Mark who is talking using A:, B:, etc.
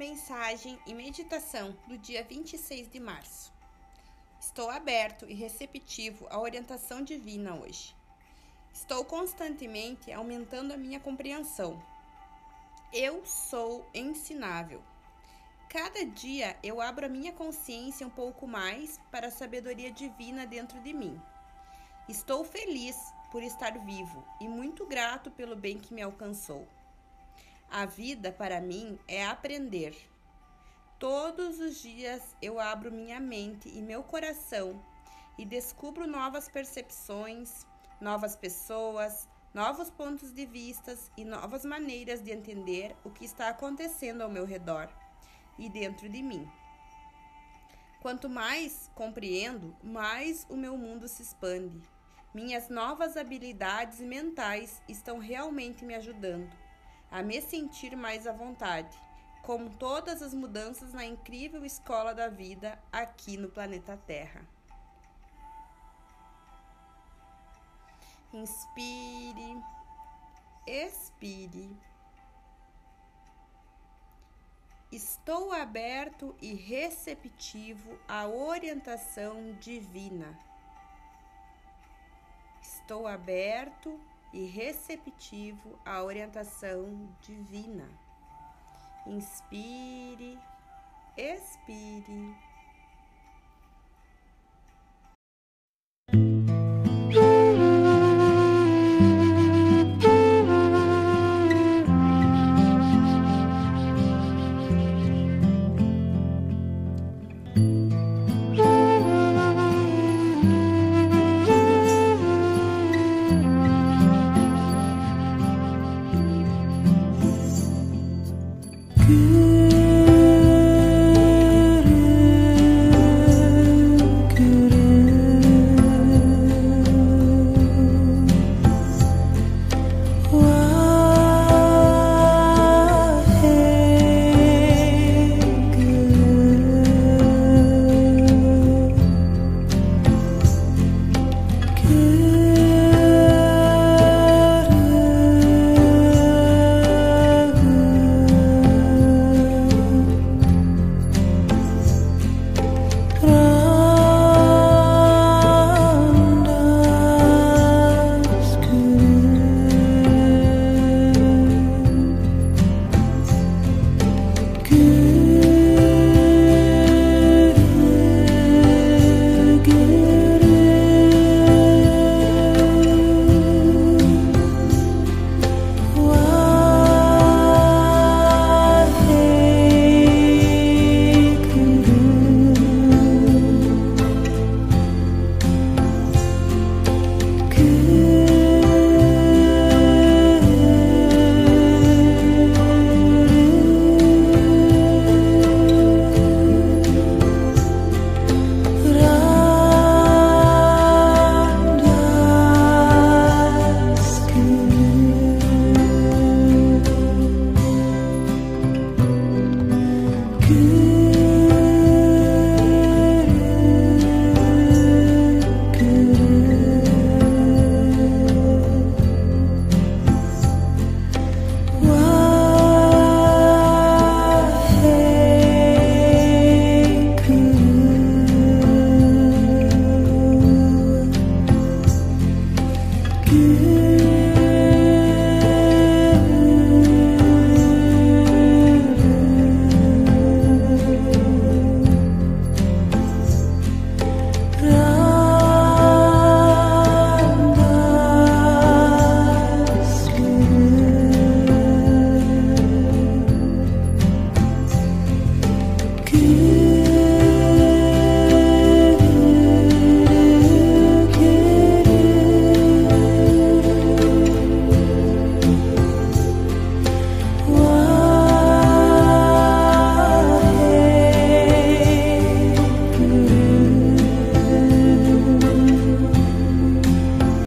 A: Mensagem e meditação do dia 26 de março. Estou aberto e receptivo à orientação divina hoje. Estou constantemente aumentando a minha compreensão. Eu sou ensinável. Cada dia eu abro a minha consciência um pouco mais para a sabedoria divina dentro de mim. Estou feliz por estar vivo e muito grato pelo bem que me alcançou. A vida, para mim, é aprender. Todos os dias eu abro minha mente e meu coração e descubro novas percepções, novas pessoas, novos pontos de vista e novas maneiras de entender o que está acontecendo ao meu redor e dentro de mim. Quanto mais compreendo, mais o meu mundo se expande. Minhas novas habilidades mentais estão realmente me ajudando a me sentir mais à vontade, como todas as mudanças na incrível escola da vida aqui no planeta Terra. Inspire, expire. Estou aberto e receptivo à orientação divina. Estou aberto e receptivo à orientação divina. Inspire, expire.
B: Good.